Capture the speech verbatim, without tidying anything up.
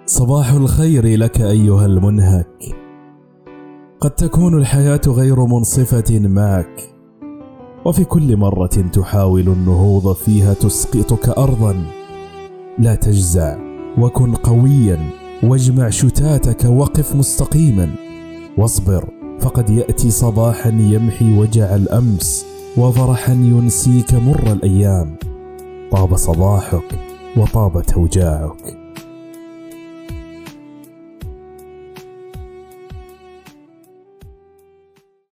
صباح الخير لك أيها المنهك. قد تكون الحياة غير منصفة معك، وفي كل مرة تحاول النهوض فيها تسقطك أرضا. لا تجزع، وكن قويا، واجمع شتاتك، وقف مستقيما واصبر، فقد يأتي صباحا يمحي وجع الأمس، وفرحا ينسيك مر الأيام. طاب صباحك وطابت أوجاعك.